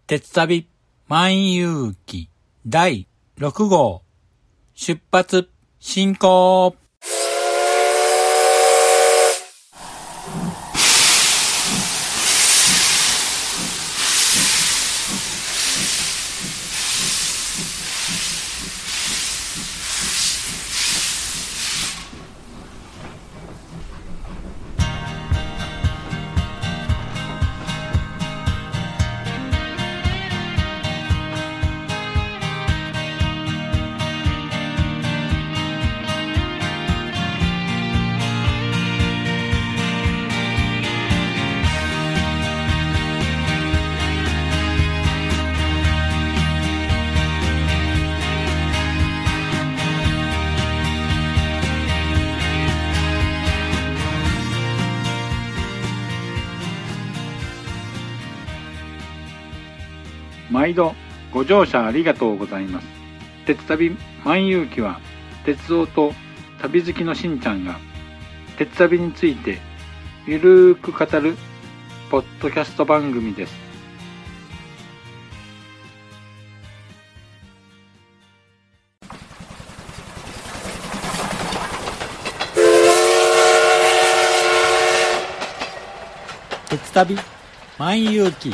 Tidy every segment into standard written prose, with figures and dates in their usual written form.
鉄旅万有記第6号出発進行。 毎度ご乗車ありがとうございます。鉄旅万有記は鉄道と旅好きのしんちゃんが鉄旅についてゆるーく語るポッドキャスト番組です。 鉄旅万有記。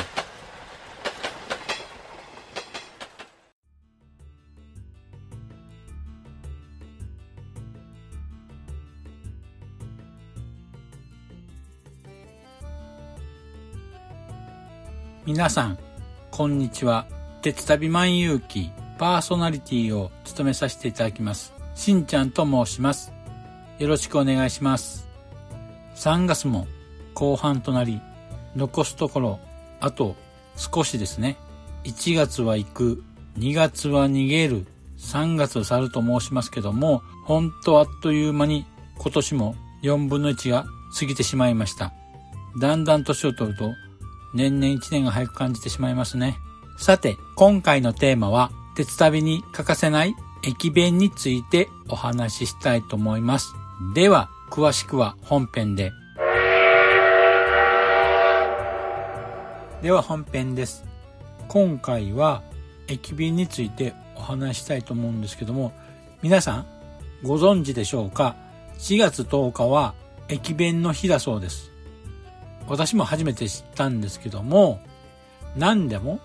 皆さんこんにちは。鉄旅万有記パーソナリティを務めさせていただきますしんちゃんと申します。よろしくお願いします。3月も後半となり、残すところあと少しですね。1月は行く、2月は逃げる、3月は去ると申しますけども、本当あっという間に今年も4分の1が過ぎてしまいました。だんだん年を取ると年々1年が早く感じてしまいますね。さて、今回のテーマは鉄旅に欠かせない駅弁についてお話ししたいと思います。では詳しくは本編で。では本編です。今回は駅弁についてお話ししたいと思うんですけども、皆さんご存知でしょうか。4月10日は駅弁の日だそうです。私も初めて知ったんですけども、何でも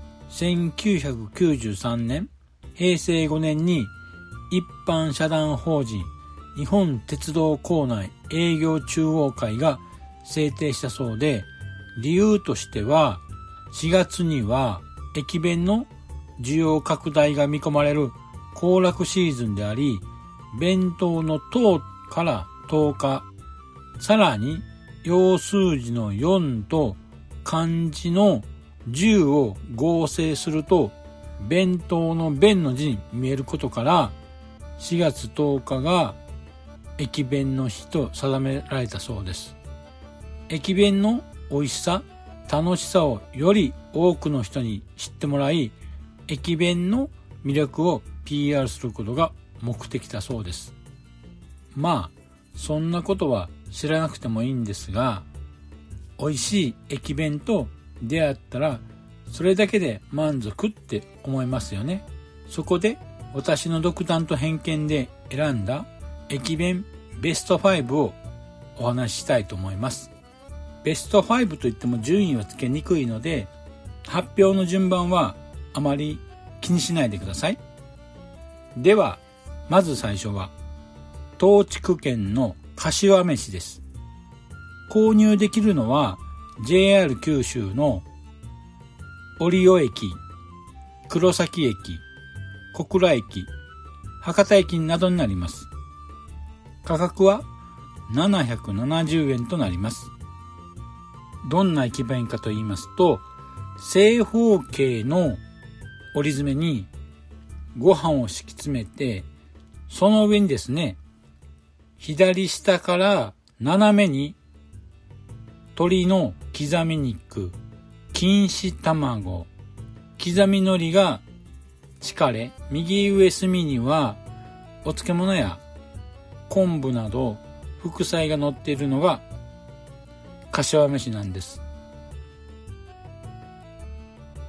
1993年平成5年に一般社団法人日本鉄道構内営業中央会が制定したそうで、理由としては4月には駅弁の需要拡大が見込まれる行楽シーズンであり、弁当の10から10日、さらに陽数字の4と漢字の10を合成すると弁当の弁の字に見えることから、4月10日が駅弁の日と定められたそうです。駅弁の美味しさ、楽しさをより多くの人に知ってもらい、駅弁の魅力を PR することが目的だそうです。まあそんなことは知らなくてもいいんですが、美味しい駅弁と出会ったらそれだけで満足って思いますよね。そこで私の独断と偏見で選んだ駅弁ベスト5をお話ししたいと思います。ベスト5といっても順位はつけにくいので、発表の順番はあまり気にしないでください。ではまず最初は東筑県の柏飯です。購入できるのは JR 九州の折尾駅、黒崎駅、小倉駅、博多駅などになります。価格は770円となります。どんな駅弁かと言いますと、正方形の折り詰めにご飯を敷き詰めて、その上にですね、左下から斜めに鶏の刻み肉、錦糸卵、刻み海苔が敷かれ、右上隅にはお漬物や昆布など副菜が載っているのが柏飯なんです。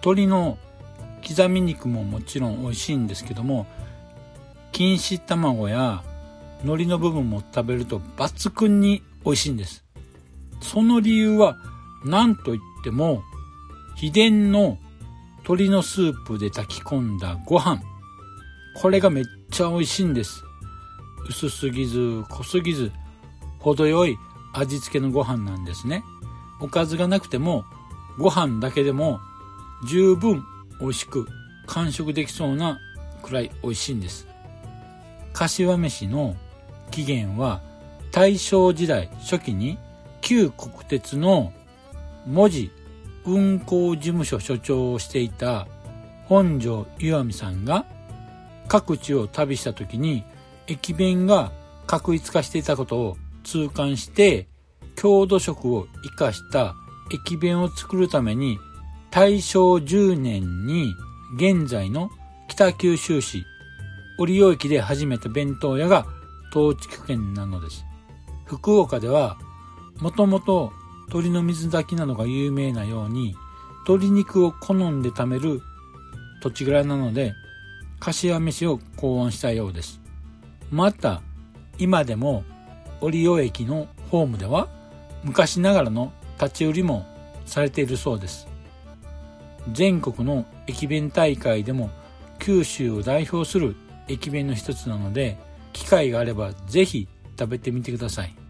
鶏の刻み肉ももちろん美味しいんですけども、錦糸卵や海苔の部分も食べると抜群に美味しいんです。その理由は何といっても秘伝の鶏のスープで炊き込んだご飯、これがめっちゃ美味しいんです。薄すぎず濃すぎず程よい味付けのご飯なんですね。おかずがなくてもご飯だけでも十分美味しく完食できそうなくらい美味しいんです。柏飯の起源は大正時代初期に旧国鉄の門司運行事務所所長をしていた本庄岩見さんが各地を旅した時に駅弁が画一化していたことを痛感して、郷土食を生かした駅弁を作るために大正10年に現在の北九州市折尾駅で始めた弁当屋が東筑県なのです。福岡ではもともと鶏の水炊きなどが有名なように鶏肉を好んで食べる土地柄なので柏飯を考案したようです。また今でも折尾駅のホームでは昔ながらの立ち売りもされているそうです。全国の駅弁大会でも九州を代表する駅弁の一つなので、機会があればぜひ食べてみてください。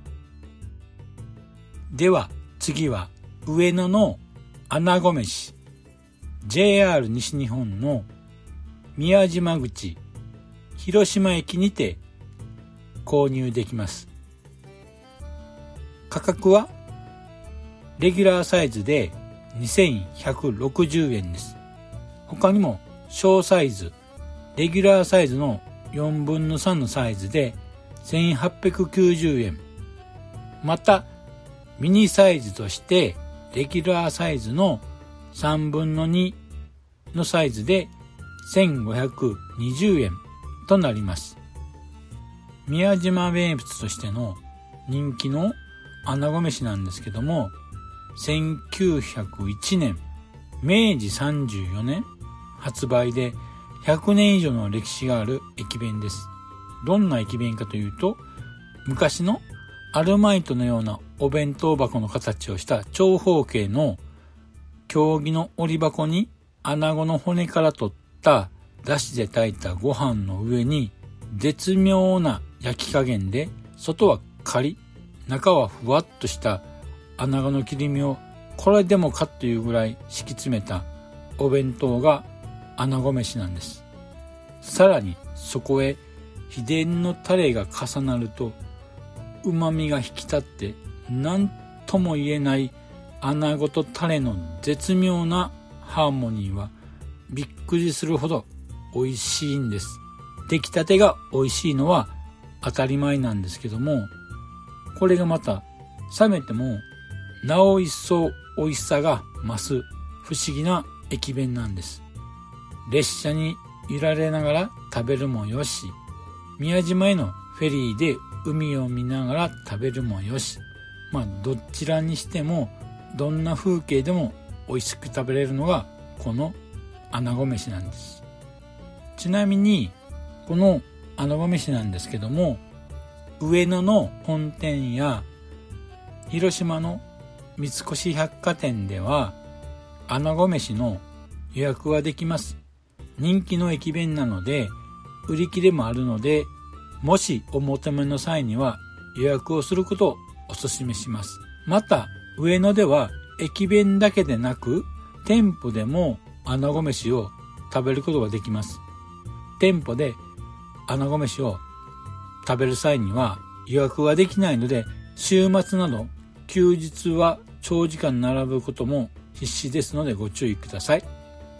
では次は上野の穴子飯、 JR 西日本の宮島口広島駅にて購入できます。価格はレギュラーサイズで2160円です。他にも小サイズ、レギュラーサイズの4分の3のサイズで1890円、またミニサイズとしてレギュラーサイズの3分の2のサイズで1520円となります。宮島名物としての人気の穴子飯なんですけども、1901年明治34年発売で100年以上の歴史がある駅弁です。どんな駅弁かというと、昔のアルマイトのようなお弁当箱の形をした長方形の経木の折り箱に穴子の骨から取った出汁で炊いたご飯の上に絶妙な焼き加減で外はカリッ中はふわっとした穴子の切り身をこれでもかというぐらい敷き詰めたお弁当が穴子飯なんです。さらにそこへ秘伝のタレが重なると旨味が引き立って何とも言えない穴子とタレの絶妙なハーモニーはびっくりするほど美味しいんです。出来たてが美味しいのは当たり前なんですけども、これがまた冷めてもなお一層美味しさが増す不思議な駅弁なんです。列車に揺られながら食べるもよし、宮島へのフェリーで海を見ながら食べるもよし、どちらにしてもどんな風景でも美味しく食べれるのがこの穴子飯なんです。ちなみにこの穴子飯なんですけども、上野の本店や広島の三越百貨店では穴子飯の予約はできます。人気の駅弁なので売り切れもあるので、もしお求めの際には予約をすることをお勧めします。また上野では駅弁だけでなく店舗でも穴子飯を食べることができます。店舗で穴子飯を食べる際には予約はできないので、週末など休日は長時間並ぶことも必至ですのでご注意ください。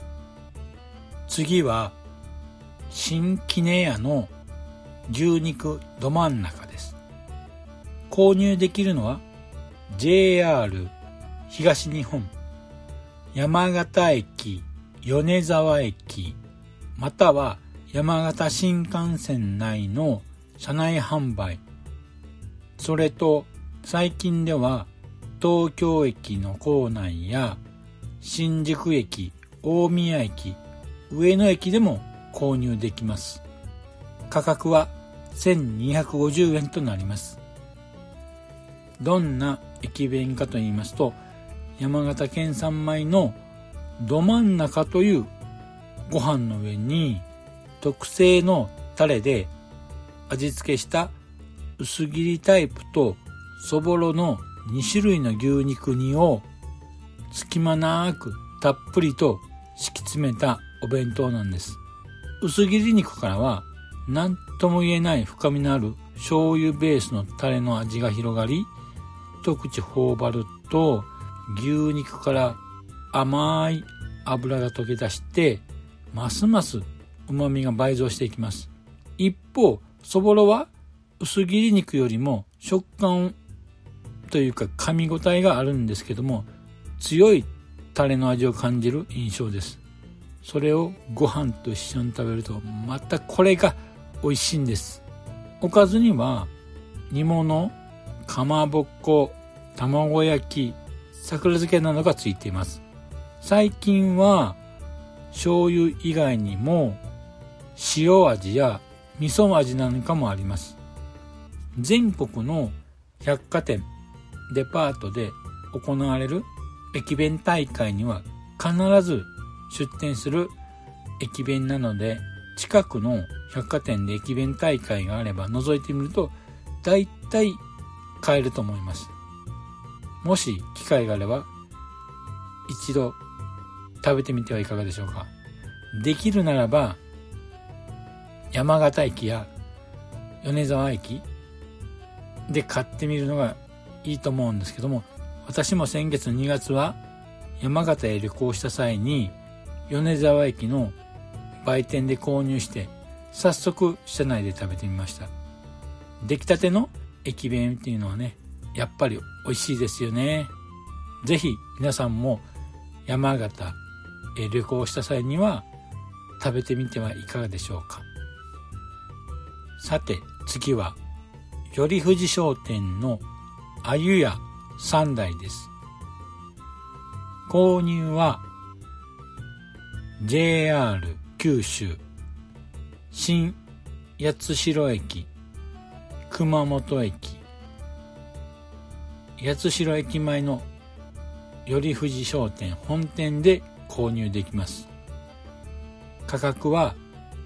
次は新杵屋の牛肉ど真ん中です。購入できるのは JR 東日本山形駅、米沢駅または山形新幹線内の車内販売、それと最近では東京駅の構内や新宿駅、 大宮駅、上野駅でも購入できます。価格は1250円となります。どんな駅弁かと言いますと、山形県産米のど真ん中というご飯の上に特製のタレで味付けした薄切りタイプとそぼろの2種類の牛肉煮を隙間なくたっぷりと敷き詰めたお弁当なんです。薄切り肉からは何とも言えない深みのある醤油ベースのタレの味が広がり、一口頬張ると牛肉から甘い脂が溶け出してますます旨味が倍増していきます。一方、そぼろは薄切り肉よりも食感というか噛み応えがあるんですけども、強いタレの味を感じる印象です。それをご飯と一緒に食べるとまたこれが美味しいんです。おかずには煮物、かまぼっこ、卵焼き、桜漬けなどがついています。最近は醤油以外にも塩味や味噌味なんかもあります。全国の百貨店、デパートで行われる駅弁大会には必ず出店する駅弁なので、近くの百貨店で駅弁大会があれば覗いてみると大体買えると思います。もし機会があれば一度食べてみてはいかがでしょうか。できるならば山形駅や米沢駅で買ってみるのがいいと思うんですけども、私も先月2月は山形へ旅行した際に米沢駅の売店で購入して早速車内で食べてみました。出来たての駅弁っていうのはね、やっぱり美味しいですよね。ぜひ皆さんも山形へ旅行した際には食べてみてはいかがでしょうか。さて次は頼藤商店の鮎屋3代です。購入は JR 九州新八代駅、熊本駅、八代駅前の頼藤商店本店で購入できます。価格は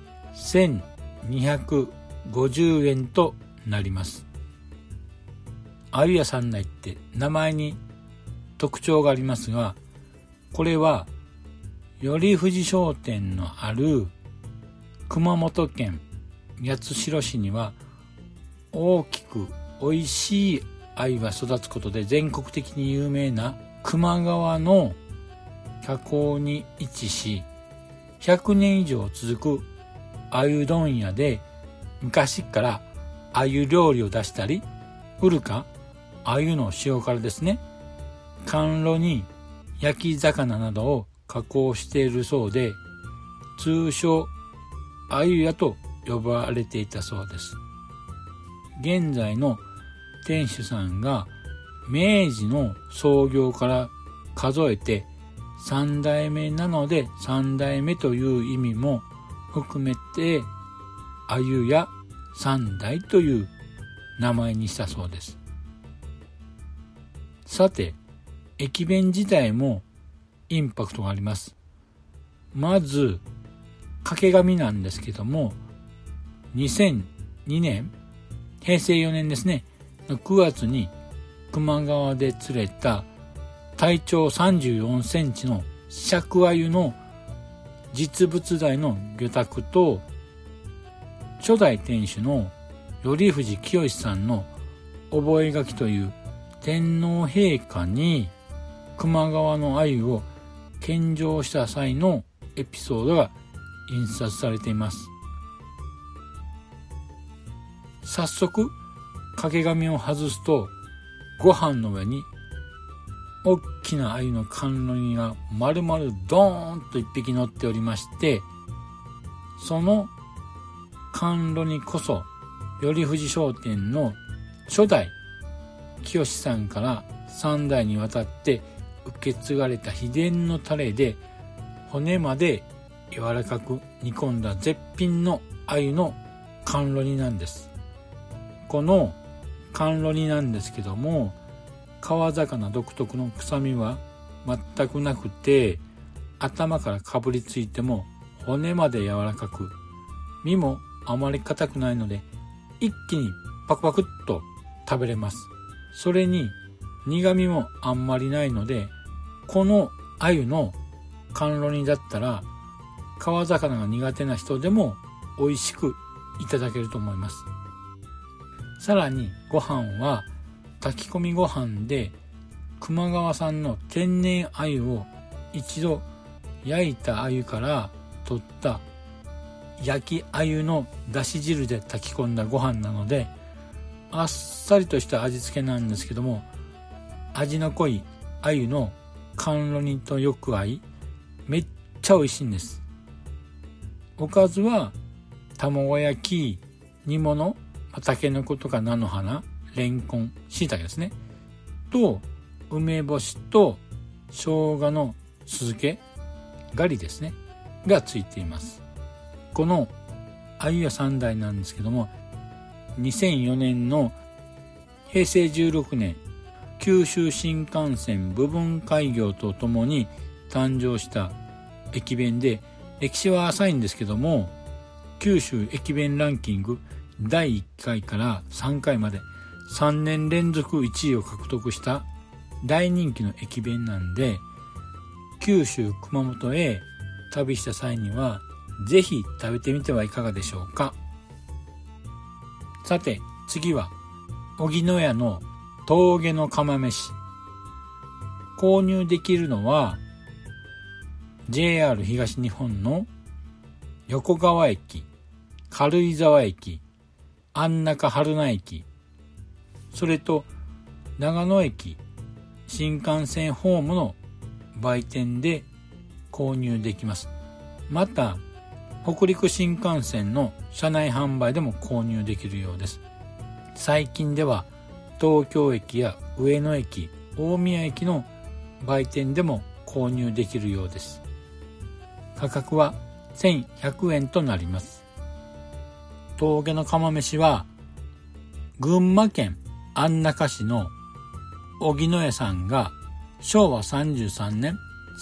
1250円となります。鮎屋三代って名前に特徴がありますが、これは頼藤商店のある熊本県八代市には大きく美味しい鮎が育つことで全国的に有名な球磨川の河口に位置し、100年以上続く鮎問屋で昔から鮎料理を出したり、古か鮎の塩辛ですね、甘露に焼き魚などを加工しているそうで、通称鮎屋と呼ばれていたそうです。現在の店主さんが明治の創業から数えて3代目なので、3代目という意味も含めて鮎屋3代という名前にしたそうです。さて駅弁自体もインパクトがあります。まず掛け紙なんですけども、2002年平成4年ですねの9月に球磨川で釣れた体長34センチの尺鮎の実物大の魚拓と、初代店主の頼藤清さんの覚書という天皇陛下に球磨川の鮎を献上した際のエピソードが印刷されています。早速掛け紙を外すと、ご飯の上に大きな鮎の甘露煮が丸々ドーンと一匹乗っておりまして、その甘露煮こそ頼藤商店の初代清さんから3代にわたって受け継がれた秘伝のタレで骨まで柔らかく煮込んだ絶品の鮎の甘露煮なんです。この甘露煮なんですけども、川魚独特の臭みは全くなくて、頭からかぶりついても骨まで柔らかく、身もあまり硬くないので一気にパクパクっと食べれます。それに苦味もあんまりないので、この鮎の甘露煮だったら川魚が苦手な人でも美味しくいただけると思います。さらにご飯は炊き込みご飯で球磨川産の天然鮎を一度焼いた鮎から取った焼き鮎のだし汁で炊き込んだご飯なので、あっさりとした味付けなんですけども、味の濃い鮎の甘露煮とよく合い、めっちゃ美味しいんです。おかずは卵焼き、煮物、たけのことか菜の花、レンコン、椎茸ですねと、梅干しと生姜の酢漬け、ガリですねがついています。この鮎屋三代なんですけども、2004年の平成16年九州新幹線部分開業とともに誕生した駅弁で、歴史は浅いんですけども、九州駅弁ランキング第1回から3回まで3年連続1位を獲得した大人気の駅弁なんで、九州熊本へ旅した際にはぜひ食べてみてはいかがでしょうか。さて次は荻野屋の峠の釜飯。購入できるのは JR 東日本の横川駅、軽井沢駅、安中春名駅、それと長野駅新幹線ホームの売店で購入できます。また北陸新幹線の車内販売でも購入できるようです。最近では東京駅や上野駅、大宮駅の売店でも購入できるようです。価格は1100円となります。峠の釜飯は群馬県安中市の荻野屋さんが昭和33年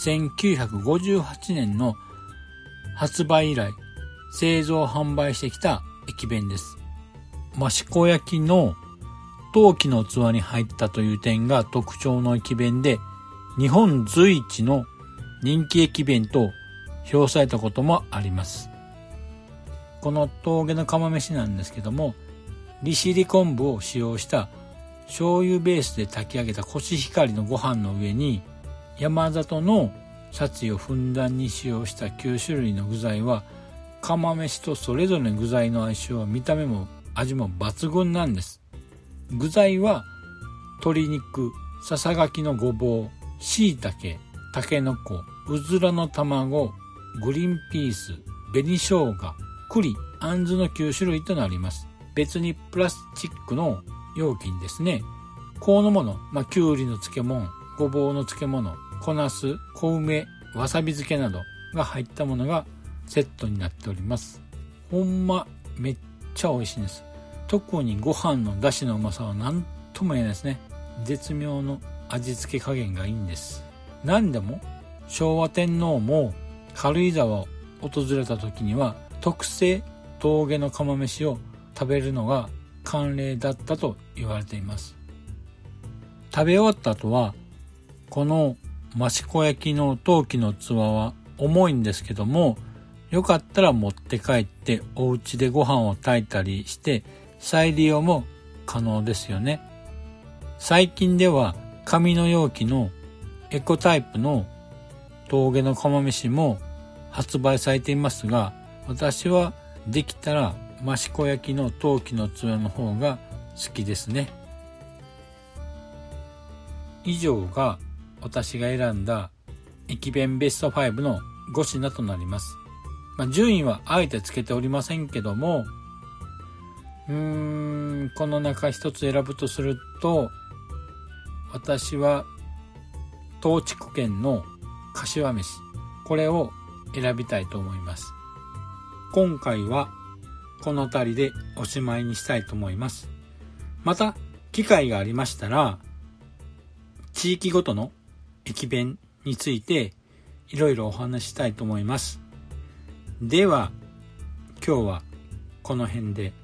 1958年の発売以来製造販売してきた駅弁です。益子焼の陶器の器に入ったという点が特徴の駅弁で、日本随一の人気駅弁と評されたこともあります。この峠の釜飯なんですけども、利尻昆布を使用した醤油ベースで炊き上げたコシヒカリのご飯の上に山里のシャツをふんだんに使用した9種類の具材は、釜飯とそれぞれの具材の相性は見た目も味も抜群なんです。具材は鶏肉、ささがきのごぼう、椎茸、たけのこ、うずらの卵、グリーンピース、紅生姜、栗、あんずの9種類となります。別にプラスチックの容器にですね、香の物、きゅうりの漬物、ごぼうの漬物、小ナス、小梅、わさび漬けなどが入ったものがセットになっております。ほんまめっちゃ美味しいんです。特にご飯の出汁のうまさは何とも言えないですね。絶妙の味付け加減がいいんです。何でも昭和天皇も軽井沢を訪れた時には特製峠の釜飯を食べるのが慣例だったと言われています。食べ終わった後はこの益子焼の陶器の器は重いんですけども、よかったら持って帰ってお家でご飯を炊いたりして再利用も可能ですよね。最近では紙の容器のエコタイプの峠の釜飯も発売されていますが、私はできたら益子焼の陶器の器の方が好きですね。以上が私が選んだ駅弁ベスト5の5品となります。順位はあえてつけておりませんけども、この中一つ選ぶとすると、私は東筑県の柏飯これを選びたいと思います。今回はこの辺りでおしまいにしたいと思います。また機会がありましたら、地域ごとの駅弁についていろいろお話ししたいと思います。では今日はこの辺で。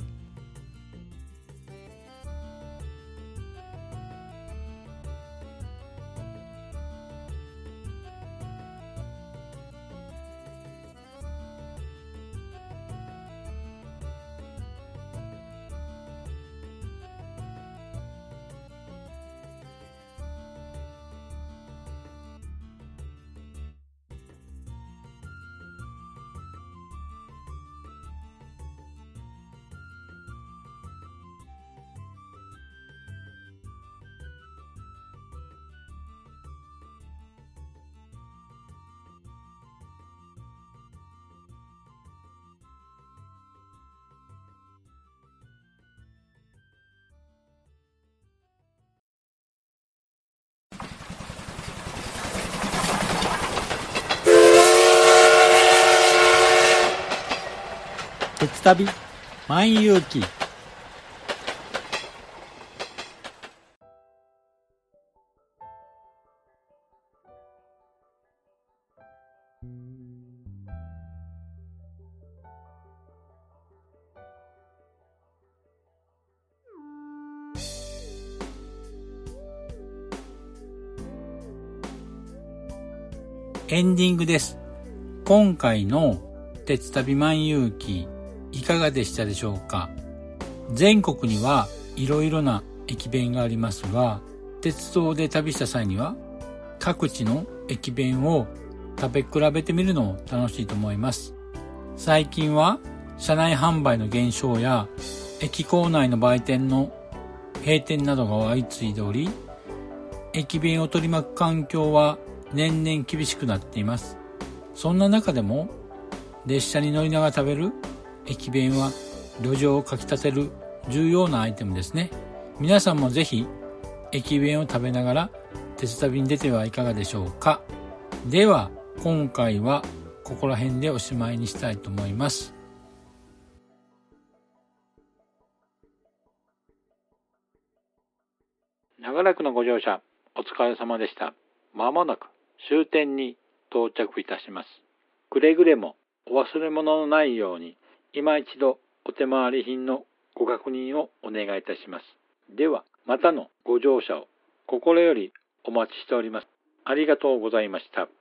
鉄旅万有記。エンディングです。今回の鉄旅万有記いかがでしたでしょうか。全国にはいろいろな駅弁がありますが、鉄道で旅した際には各地の駅弁を食べ比べてみるのも楽しいと思います。最近は車内販売の減少や駅構内の売店の閉店などが相次いでおり、駅弁を取り巻く環境は年々厳しくなっています。そんな中でも列車に乗りながら食べる駅弁は旅情をかき立てる重要なアイテムですね。皆さんもぜひ駅弁を食べながら鉄旅に出てはいかがでしょうか。では今回はここら辺でおしまいにしたいと思います。 長らくのご乗車お疲れ様でした。まもなく終点に到着いたします。くれぐれもお忘れ物のないように今一度お手回り品のご確認をお願いいたします。ではまたのご乗車を心よりお待ちしております。ありがとうございました。